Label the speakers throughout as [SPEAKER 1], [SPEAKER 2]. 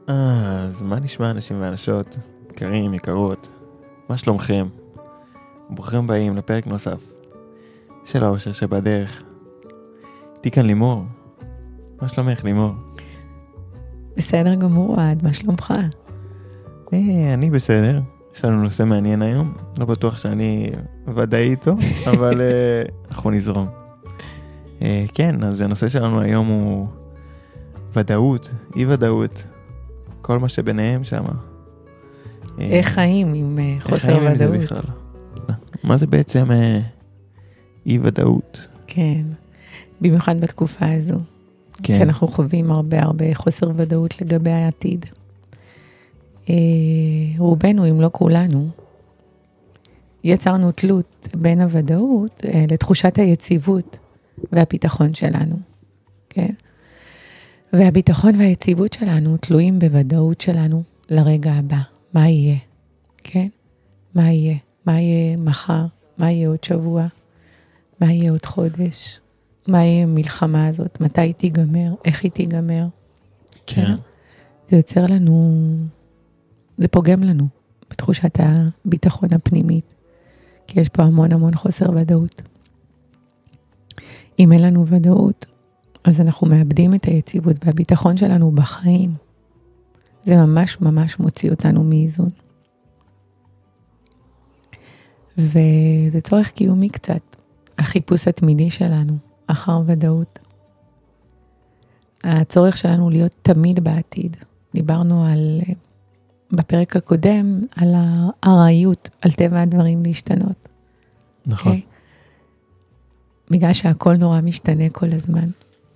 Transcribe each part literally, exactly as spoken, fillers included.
[SPEAKER 1] אז מה נשמע אנשים ואנשות, יקרים, יקרות? מה שלומכם? ברוכים באים לפרק נוסף של האושר שבדרך. איתי כאן לימור. מה שלומך, לימור?
[SPEAKER 2] בסדר גמור, אוהד, מה שלומך?
[SPEAKER 1] אה, אני בסדר. יש לנו נושא מעניין היום. לא בטוח שאני ודאי איתו, אבל אה, אנחנו נזרום. אה, כן, אז הנושא שלנו היום הוא ודאות, אי ודאות. כל מה שביניהם שם.
[SPEAKER 2] איך חיים עם חוסר
[SPEAKER 1] חיים עם זה
[SPEAKER 2] ודאות?
[SPEAKER 1] בכלל? מה זה בעצם אה, אי ודאות?
[SPEAKER 2] כן, במיוחד בתקופה הזו,
[SPEAKER 1] כן.
[SPEAKER 2] שאנחנו חווים הרבה הרבה חוסר ודאות לגבי העתיד. אה, רובנו, אם לא כולנו, יצרנו תלות בין הוודאות אה, לתחושת היציבות והביטחון שלנו. כן? והביטחון והיציבות שלנו תלויים בוודאות שלנו לרגע הבא. מה יהיה? כן? מה יהיה? מה יהיה מחר? מה יהיה עוד שבוע? מה יהיה עוד חודש? מה יהיה המלחמה הזאת? מתי היא תיגמר? איך היא תיגמר?
[SPEAKER 1] כן.
[SPEAKER 2] זה יוצר לנו, זה פוגם לנו בתחושת הביטחון הפנימית, כי יש פה המון המון חוסר ודאות. אם אין לנו ודאות, אז אנחנו מאבדים את היציבות והביטחון שלנו בחיים. זה ממש ממש מוציא אותנו מאיזון. וזה צורך קיומי קצת, החיפוש התמידי שלנו, אחר ודאות. הצורך שלנו להיות תמיד בעתיד. דיברנו על, בפרק הקודם, על הארעיות, על טבע הדברים להשתנות.
[SPEAKER 1] נכון.
[SPEAKER 2] Okay? בגלל שהכל נורא משתנה כל הזמן.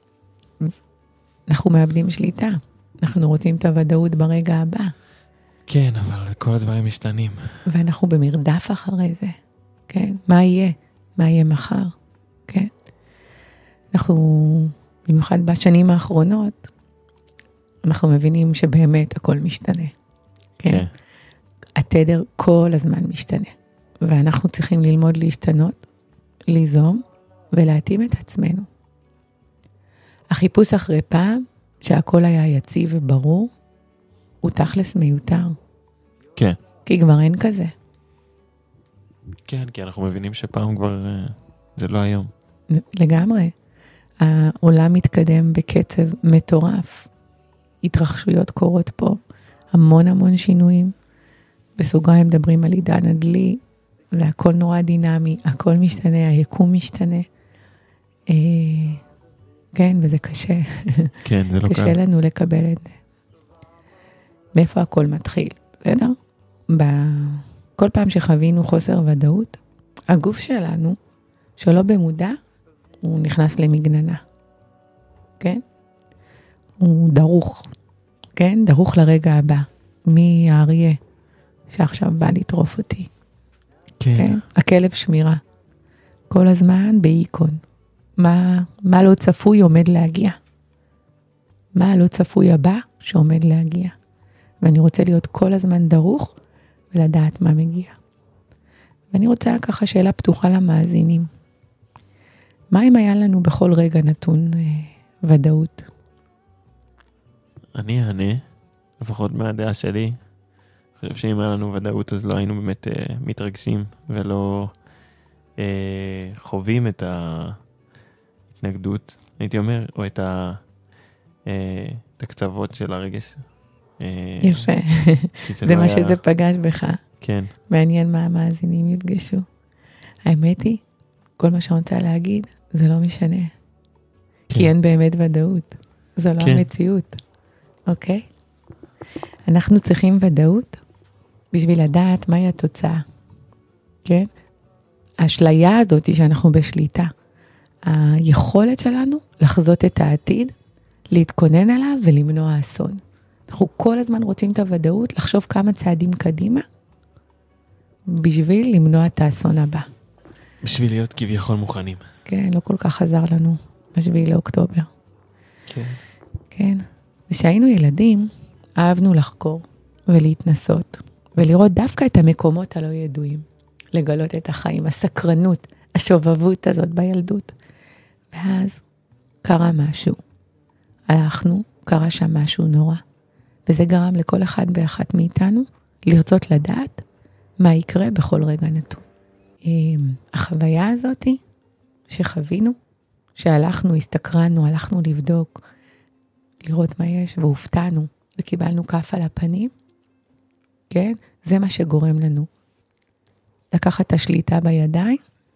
[SPEAKER 2] אנחנו מאבדים שליטה. אנחנו רוצים את הוודאות ברגע הבא.
[SPEAKER 1] כן, אבל כל הדברים משתנים.
[SPEAKER 2] ואנחנו במרדף אחרי זה. כן? מה יהיה? מה יהיה מחר? כן? אנחנו, במיוחד בשנים האחרונות, אנחנו מבינים שבאמת הכל משתנה. כן?
[SPEAKER 1] כן.
[SPEAKER 2] התדר כל הזמן משתנה. ואנחנו צריכים ללמוד להשתנות, ליזום ולהתאים את עצמנו. החיפוש אחרי פעם, שהכל היה יציב וברור, הוא תכלס מיותר.
[SPEAKER 1] כן.
[SPEAKER 2] כי כבר אין כזה.
[SPEAKER 1] כן, כי אנחנו מבינים שפעם כבר אה, זה לא היום.
[SPEAKER 2] לגמרי. העולם מתקדם בקצב מטורף. התרחשויות קורות פה. המון המון שינויים. בסוגריים מדברים על עידן הדלי. זה הכל נורא דינמי. הכל משתנה. היקום משתנה. אה, כן, וזה קשה.
[SPEAKER 1] כן, זה לא
[SPEAKER 2] קשה
[SPEAKER 1] קל.
[SPEAKER 2] לנו לקבל את זה. מאיפה הכל מתחיל? בסדר? כל פעם שחווינו חוסר ודאות, הגוף שלנו, שלא במודע, הוא נכנס למגננה. כן? הוא דרוך. כן? דרוך לרגע הבא. מי האריה שעכשיו בא לטרוף אותי.
[SPEAKER 1] כן.
[SPEAKER 2] כן? הכלב שמירה. כל הזמן באיקון. מה, מה לא צפוי עומד להגיע? מה לא צפוי הבא שעומד להגיע? ואני רוצה להיות כל הזמן דרוך ולדעת מה מגיע. ואני רוצה ככה שאלה פתוחה למאזינים. מה אם היה לנו בכל רגע נתון אה, ודאות?
[SPEAKER 1] אני אענה, לפחות מהדעה שלי. אני חושב שאם היה לנו ודאות, אז לא היינו באמת אה, מתרגשים, ולא אה, חווים את ההתנגדות, הייתי אומר, או את, ה, אה, את הקצוות של הרגש. אה,
[SPEAKER 2] יפה.
[SPEAKER 1] זה
[SPEAKER 2] זה
[SPEAKER 1] לא
[SPEAKER 2] מה
[SPEAKER 1] היה-
[SPEAKER 2] שזה פגש בך.
[SPEAKER 1] כן,
[SPEAKER 2] מעניין מה המאזינים יפגשו. האמת היא, כל מה שאני רוצה להגיד, זה לא משנה.
[SPEAKER 1] כן.
[SPEAKER 2] כי אין באמת ודאות. זו לא
[SPEAKER 1] כן.
[SPEAKER 2] המציאות. אוקיי? אנחנו צריכים ודאות בשביל לדעת מהי התוצאה. כן? האשליה הזאת היא שאנחנו בשליטה. היכולת שלנו לחזות את העתיד, להתכונן עליו ולמנוע אסון. אנחנו כל הזמן רוצים את הוודאות, לחשוב כמה צעדים קדימה, בשביל למנוע את האסון הבא.
[SPEAKER 1] בשביל להיות כביכול מוכנים.
[SPEAKER 2] כן, לא כל כך עזר לנו בשביעי לאוקטובר.
[SPEAKER 1] כן.
[SPEAKER 2] כן. ושהיינו ילדים, אהבנו לחקור ולהתנסות, ולראות דווקא את המקומות הלא ידועים, לגלות את החיים, הסקרנות, השובבות הזאת בילדות. ואז קרה משהו. הלכנו, קרה שם משהו נורא. וזה גרם לכל אחד ואחת מאיתנו לרצות לדעת מה יקרה בכל רגע נתון. החוויה הזאת שחווינו, שהלכנו, הסתקרנו, הלכנו לבדוק, לראות מה יש, והופתענו, וקיבלנו כף על הפנים, כן? זה מה שגורם לנו. לקחת את השליטה בידיים,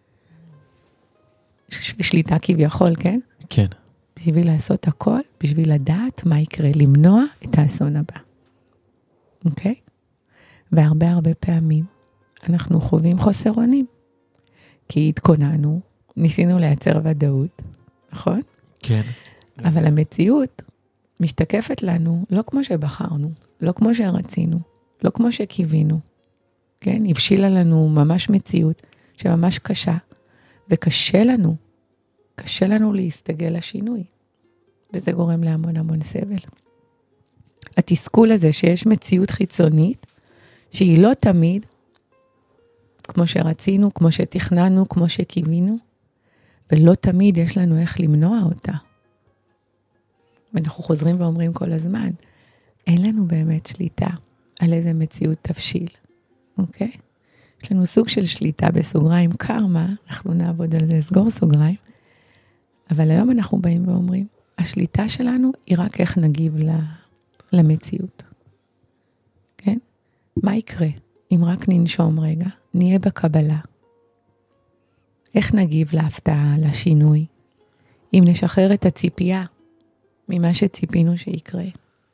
[SPEAKER 2] שליטה כביכול, כן?
[SPEAKER 1] כן.
[SPEAKER 2] בשביל לעשות הכל, בשביל לדעת מה יקרה, למנוע את האסון הבא. אוקיי? והרבה הרבה פעמים אנחנו חווים חוסר אונים, כי התכוננו, ניסינו לייצר ודאות, נכון?
[SPEAKER 1] כן.
[SPEAKER 2] אבל המציאות משתקפת לנו לא כמו שבחרנו, לא כמו שרצינו, לא כמו שקיווינו, כן? הבשילה לנו ממש מציאות שממש קשה, וקשה לנו, קשה לנו להסתגל לשינוי, וזה גורם להמון המון סבל. התסכול הזה שיש מציאות חיצונית, שהיא לא תמיד, כמו שרצינו, כמו שתכננו, כמו שקיווינו, ולא תמיד יש לנו איך למנוע אותה. ואנחנו חוזרים ואומרים כל הזמן, אין לנו באמת שליטה על איזה מציאות תבשיל, אוקיי? יש לנו סוג של שליטה בסוגריים קרמה, אנחנו נעבוד על זה, סגור סוגריים, אבל היום אנחנו באים ואומרים, השליטה שלנו היא רק איך נגיב למציאות, כן? מה יקרה אם רק ננשום רגע, נהיה בקבלה? איך נגיב להפתעה, לשינוי? אם נשחרר את הציפייה ממה שציפינו שיקרה,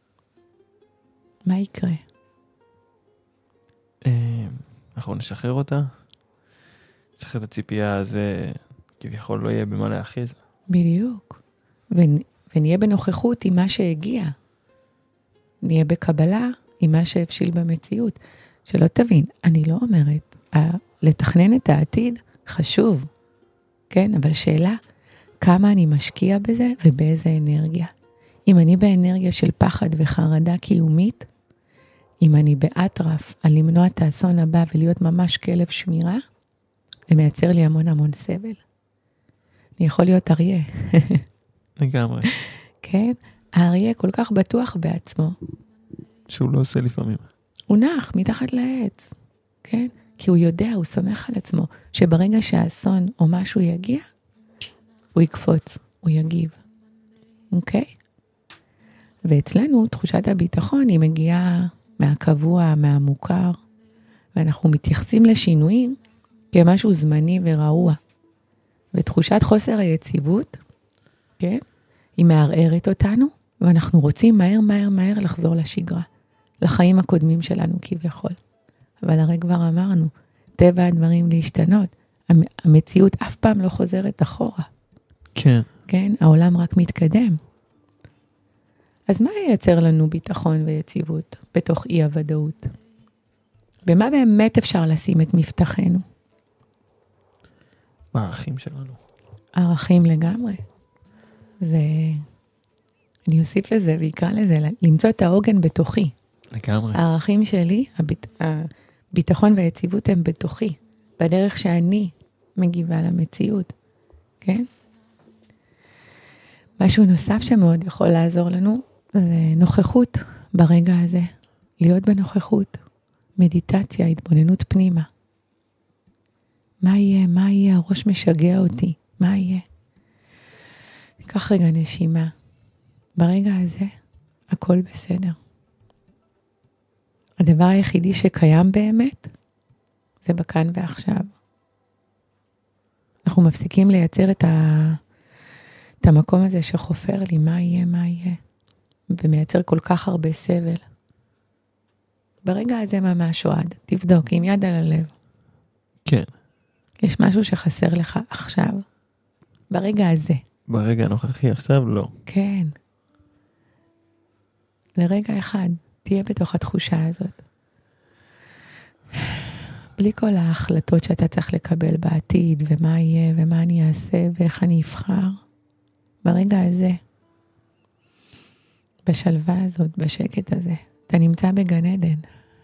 [SPEAKER 2] מה יקרה?
[SPEAKER 1] אנחנו נשחרר אותה, נשחרר את הציפייה הזה, כביכול לא יהיה במה להאחיז.
[SPEAKER 2] בדיוק. ונהיה בנוכחות עם מה שהגיע. נהיה בקבלה עם מה שהבשיל במציאות. שלא תבין, אני לא אומרת, לתכנן את העתיד חשוב, כן? אבל שאלה, כמה אני משקיע בזה ובאיזה אנרגיה? אם אני באנרגיה של פחד וחרדה קיומית, אם אני באטרף על למנוע את האסון הבא ולהיות ממש כלב שמירה, זה מייצר לי המון המון סבל. אני יכול להיות אריה.
[SPEAKER 1] לגמרי.
[SPEAKER 2] כן? האריה כל כך בטוח בעצמו.
[SPEAKER 1] שהוא לא עושה לפעמים.
[SPEAKER 2] הוא נח מתחת לעץ, כן? כי הוא יודע, הוא סומך על עצמו, שברגע שהאסון או משהו יגיע, הוא יקפוץ, הוא יגיב. אוקיי? ואצלנו תחושת הביטחון היא מגיעה מהקבוע, מהמוכר, ואנחנו מתייחסים לשינויים כמשהו זמני ורעוע. ותחושת חוסר היציבות, כן? היא מערערת אותנו, ואנחנו רוצים מהר מהר מהר לחזור לשגרה, לחיים הקודמים שלנו כביכול. אבל הרי כבר אמרנו, טבע הדברים להשתנות, המציאות אף פעם לא חוזרת אחורה.
[SPEAKER 1] כן.
[SPEAKER 2] כן? העולם רק מתקדם. אז מה ייצר לנו ביטחון ויציבות בתוך אי הוודאות? במה באמת אפשר לשים את מבטחנו?
[SPEAKER 1] בערכים שלנו.
[SPEAKER 2] ערכים לגמרי. זה, אני אוסיף לזה ויקרא לזה, למצוא את העוגן בתוכי.
[SPEAKER 1] לגמרי.
[SPEAKER 2] הערכים שלי, הביט, הביטחון והיציבות הם בתוכי, בדרך שאני מגיבה למציאות, כן? משהו נוסף שמאוד יכול לעזור לנו, זה נוכחות ברגע הזה. להיות בנוכחות, מדיטציה, התבוננות פנימה. מה יהיה? מה יהיה? הראש משגע אותי. מה יהיה? קח רגע נשימה. ברגע הזה, הכל בסדר. הדבר היחידי שקיים באמת, זה בכאן ועכשיו. אנחנו מפסיקים לייצר את, ה... את המקום הזה שחופר לי, מה יהיה, מה יהיה. ומייצר כל כך הרבה סבל. ברגע הזה ממש אוהד, תבדוק עם יד על הלב.
[SPEAKER 1] כן.
[SPEAKER 2] יש משהו שחסר לך עכשיו, ברגע הזה.
[SPEAKER 1] ברגע הנוכחי עכשיו לא.
[SPEAKER 2] כן. לרגע אחד, תהיה בתוך התחושה הזאת. בלי כל ההחלטות שאתה צריך לקבל בעתיד, ומה יהיה, ומה אני אעשה, ואיך אני אבחר. ברגע הזה, בשלווה הזאת, בשקט הזה, אתה נמצא בגן עדן.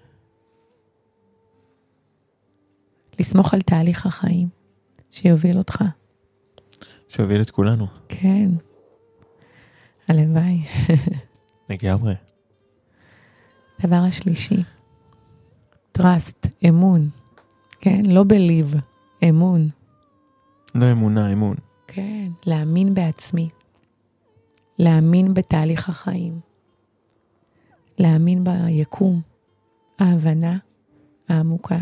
[SPEAKER 2] לסמוך על תהליך החיים, שיוביל אותך.
[SPEAKER 1] שיוביל את כולנו.
[SPEAKER 2] כן. הלוואי.
[SPEAKER 1] לגמרי.
[SPEAKER 2] דבר השלישי, trust, אמון, כן? לא believe, אמון.
[SPEAKER 1] לא אמונה, אמון.
[SPEAKER 2] כן, להאמין בעצמי, להאמין בתהליך החיים, להאמין ביקום, ההבנה העמוקה,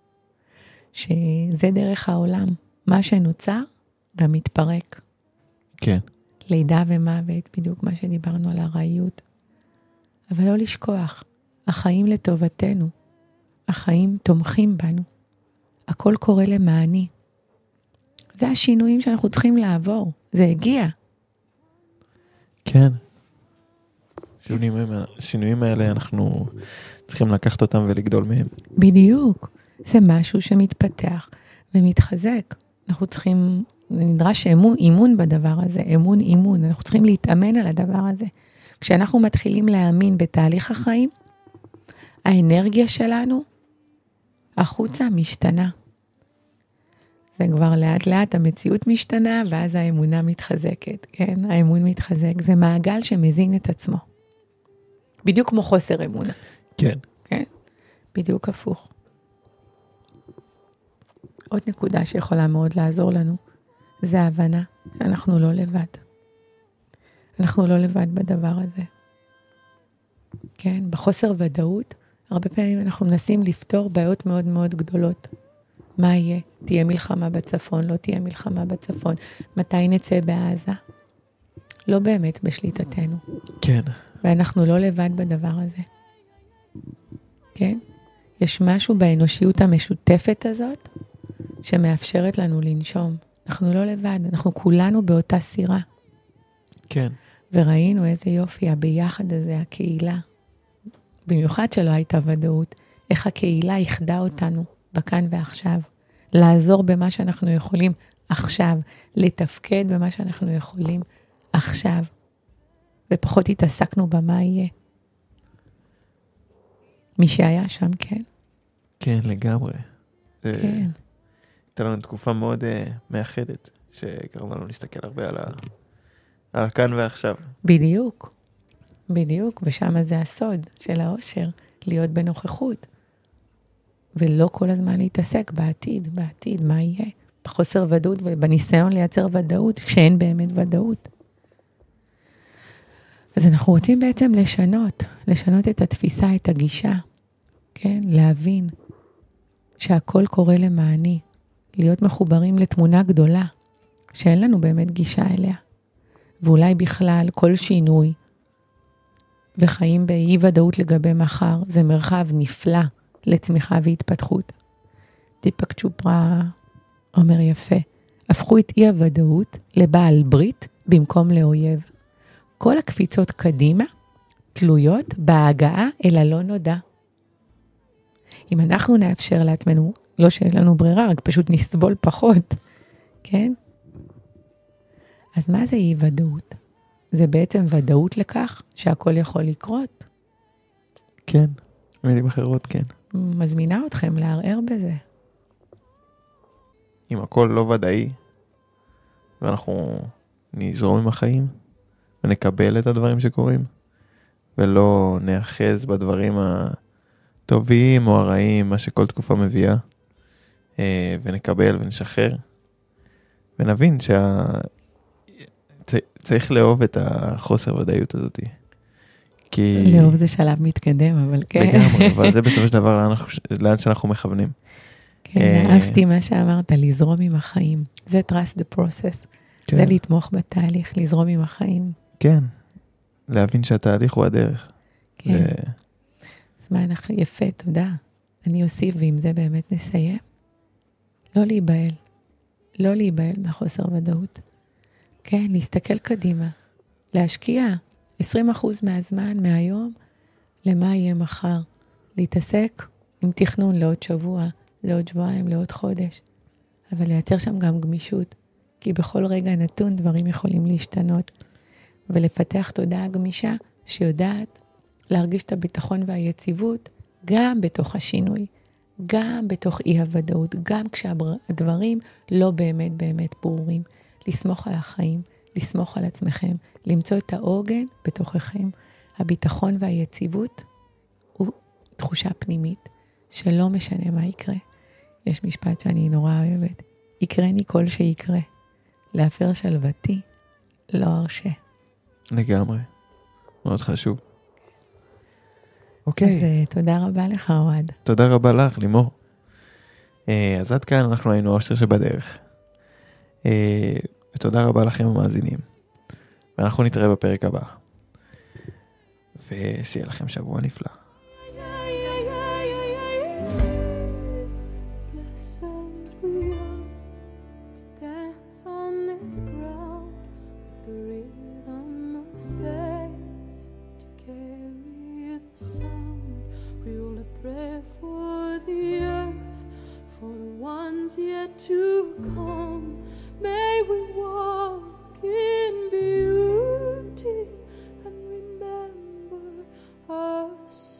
[SPEAKER 2] שזה דרך העולם, מה שנוצר גם מתפרק.
[SPEAKER 1] כן.
[SPEAKER 2] לידה ומוות, בדיוק מה שדיברנו על הראיות. אבל לא לשכוח, החיים לטובתנו, החיים תומכים בנו, הכל קורה למעני. זה השינויים שאנחנו צריכים לעבור, זה הגיע.
[SPEAKER 1] כן. שינויים, השינויים האלה אנחנו צריכים לקחת אותם ולגדול מהם.
[SPEAKER 2] בדיוק, זה משהו שמתפתח ומתחזק. אנחנו צריכים, נדרש אמון, אימון בדבר הזה, אמון אימון, אנחנו צריכים להתאמן על הדבר הזה. כשאנחנו מתחילים להאמין בתהליך החיים, האנרגיה שלנו, החוצה משתנה. זה כבר לאט לאט המציאות משתנה, ואז האמונה מתחזקת, כן? האמון מתחזק, זה מעגל שמזין את עצמו. בדיוק כמו חוסר אמונה.
[SPEAKER 1] כן.
[SPEAKER 2] כן? בדיוק הפוך. עוד נקודה שיכולה מאוד לעזור לנו, זה ההבנה שאנחנו לא לבד. אנחנו לא לבד בדבר הזה. כן? בחוסר ודאות, הרבה פעמים אנחנו מנסים לפתור בעיות מאוד מאוד גדולות. מה יהיה? תהיה מלחמה בצפון, לא תהיה מלחמה בצפון. מתי נצא בעזה? לא באמת בשליטתנו.
[SPEAKER 1] כן.
[SPEAKER 2] ואנחנו לא לבד בדבר הזה. כן? יש משהו באנושיות המשותפת הזאת, שמאפשרת לנו לנשום. אנחנו לא לבד, אנחנו כולנו באותה סירה.
[SPEAKER 1] כן.
[SPEAKER 2] וראינו איזה יופי, הביחד הזה, הקהילה. במיוחד שלא הייתה ודאות, איך הקהילה יחדה אותנו בכאן ועכשיו. לעזור במה שאנחנו יכולים עכשיו, לתפקד במה שאנחנו יכולים עכשיו. ופחות התעסקנו במה יהיה. מי שהיה שם, כן.
[SPEAKER 1] כן, לגמרי.
[SPEAKER 2] כן.
[SPEAKER 1] הייתה לנו תקופה מאוד uh, מאחדת, שגרמה לנו להסתכל הרבה על, ה... על הכאן ועכשיו.
[SPEAKER 2] בדיוק. בדיוק, ושם זה הסוד של האושר, להיות בנוכחות. ולא כל הזמן להתעסק בעתיד, בעתיד, מה יהיה? בחוסר ודאות ובניסיון לייצר ודאות, כשאין באמת ודאות. אז אנחנו רוצים בעצם לשנות, לשנות את התפיסה, את הגישה, כן? להבין שהכל קורה למעני, להיות מחוברים לתמונה גדולה, שאין לנו באמת גישה אליה. ואולי בכלל כל שינוי, וחיים באי ודאות לגבי מחר, זה מרחב נפלא לצמיחה והתפתחות. דיפק צ'ופרה אומר יפה, הפכו את אי הוודאות לבעל ברית במקום לאויב. כל הקפיצות קדימה תלויות בהגעה אל הלא נודע. אם אנחנו נאפשר לעצמנו, לא שיש לנו ברירה, רק פשוט נסבול פחות, כן? אז מה זה אי ודאות? זה בעצם ודאות לכך שהכל יכול לקרות.
[SPEAKER 1] כן, במילים אחרות, כן.
[SPEAKER 2] מזמינה אתכם לערער בזה.
[SPEAKER 1] אם הכל לא ודאי, ואנחנו נזרום עם החיים, ונקבל את הדברים שקורים, ולא נאחז בדברים הטובים או הרעים, מה שכל תקופה מביאה, ונקבל ונשחרר, ונבין שה... צריך לאהוב את החוסר ודאיות הזאת. כי...
[SPEAKER 2] לאהוב זה שלב מתקדם, אבל כן.
[SPEAKER 1] לגמרי, אבל זה בסופו של דבר לאן, לאן שאנחנו מכוונים.
[SPEAKER 2] כן, אהבתי מה שאמרת, לזרום עם החיים. זה trust the process.
[SPEAKER 1] כן.
[SPEAKER 2] זה לתמוך בתהליך, לזרום עם החיים.
[SPEAKER 1] כן, להבין שהתהליך הוא הדרך.
[SPEAKER 2] כן. ו... זמן יפה, תודה. אני אוסיף, ועם זה באמת נסיים. לא להיבהל. לא להיבהל מהחוסר ודאות. כן, להסתכל קדימה. להשקיע עשרים אחוז מהזמן, מהיום, למה יהיה מחר. להתעסק עם תכנון לעוד שבוע, לעוד שבועיים, לעוד חודש. אבל לייצר שם גם גמישות. כי בכל רגע נתון דברים יכולים להשתנות. ולפתח תודעה גמישה שיודעת להרגיש את הביטחון והיציבות גם בתוך השינוי. גם בתוך אי הוודאות. גם כשהדברים לא באמת באמת ברורים. לסמוך על החיים, לסמוך על עצמכם, למצוא את העוגן בתוככם. הביטחון והיציבות הוא תחושה פנימית שלא משנה מה יקרה. יש משפט שאני נורא אוהבת. יקרני כל שיקרה. להפר שלוותי, לא ארשה.
[SPEAKER 1] לגמרי. מאוד חשוב. אוקיי.
[SPEAKER 2] אז uh, תודה רבה לך, אוהד.
[SPEAKER 1] תודה רבה לך, לימור. Uh, אז עד כאן אנחנו היינו האושר שבדרך. Uh, ותודה רבה לכם המאזינים. ואנחנו נתראה בפרק הבא. ושיהיה לכם שבוע נפלא.
[SPEAKER 3] Yet to come, may we walk in beauty and remember us.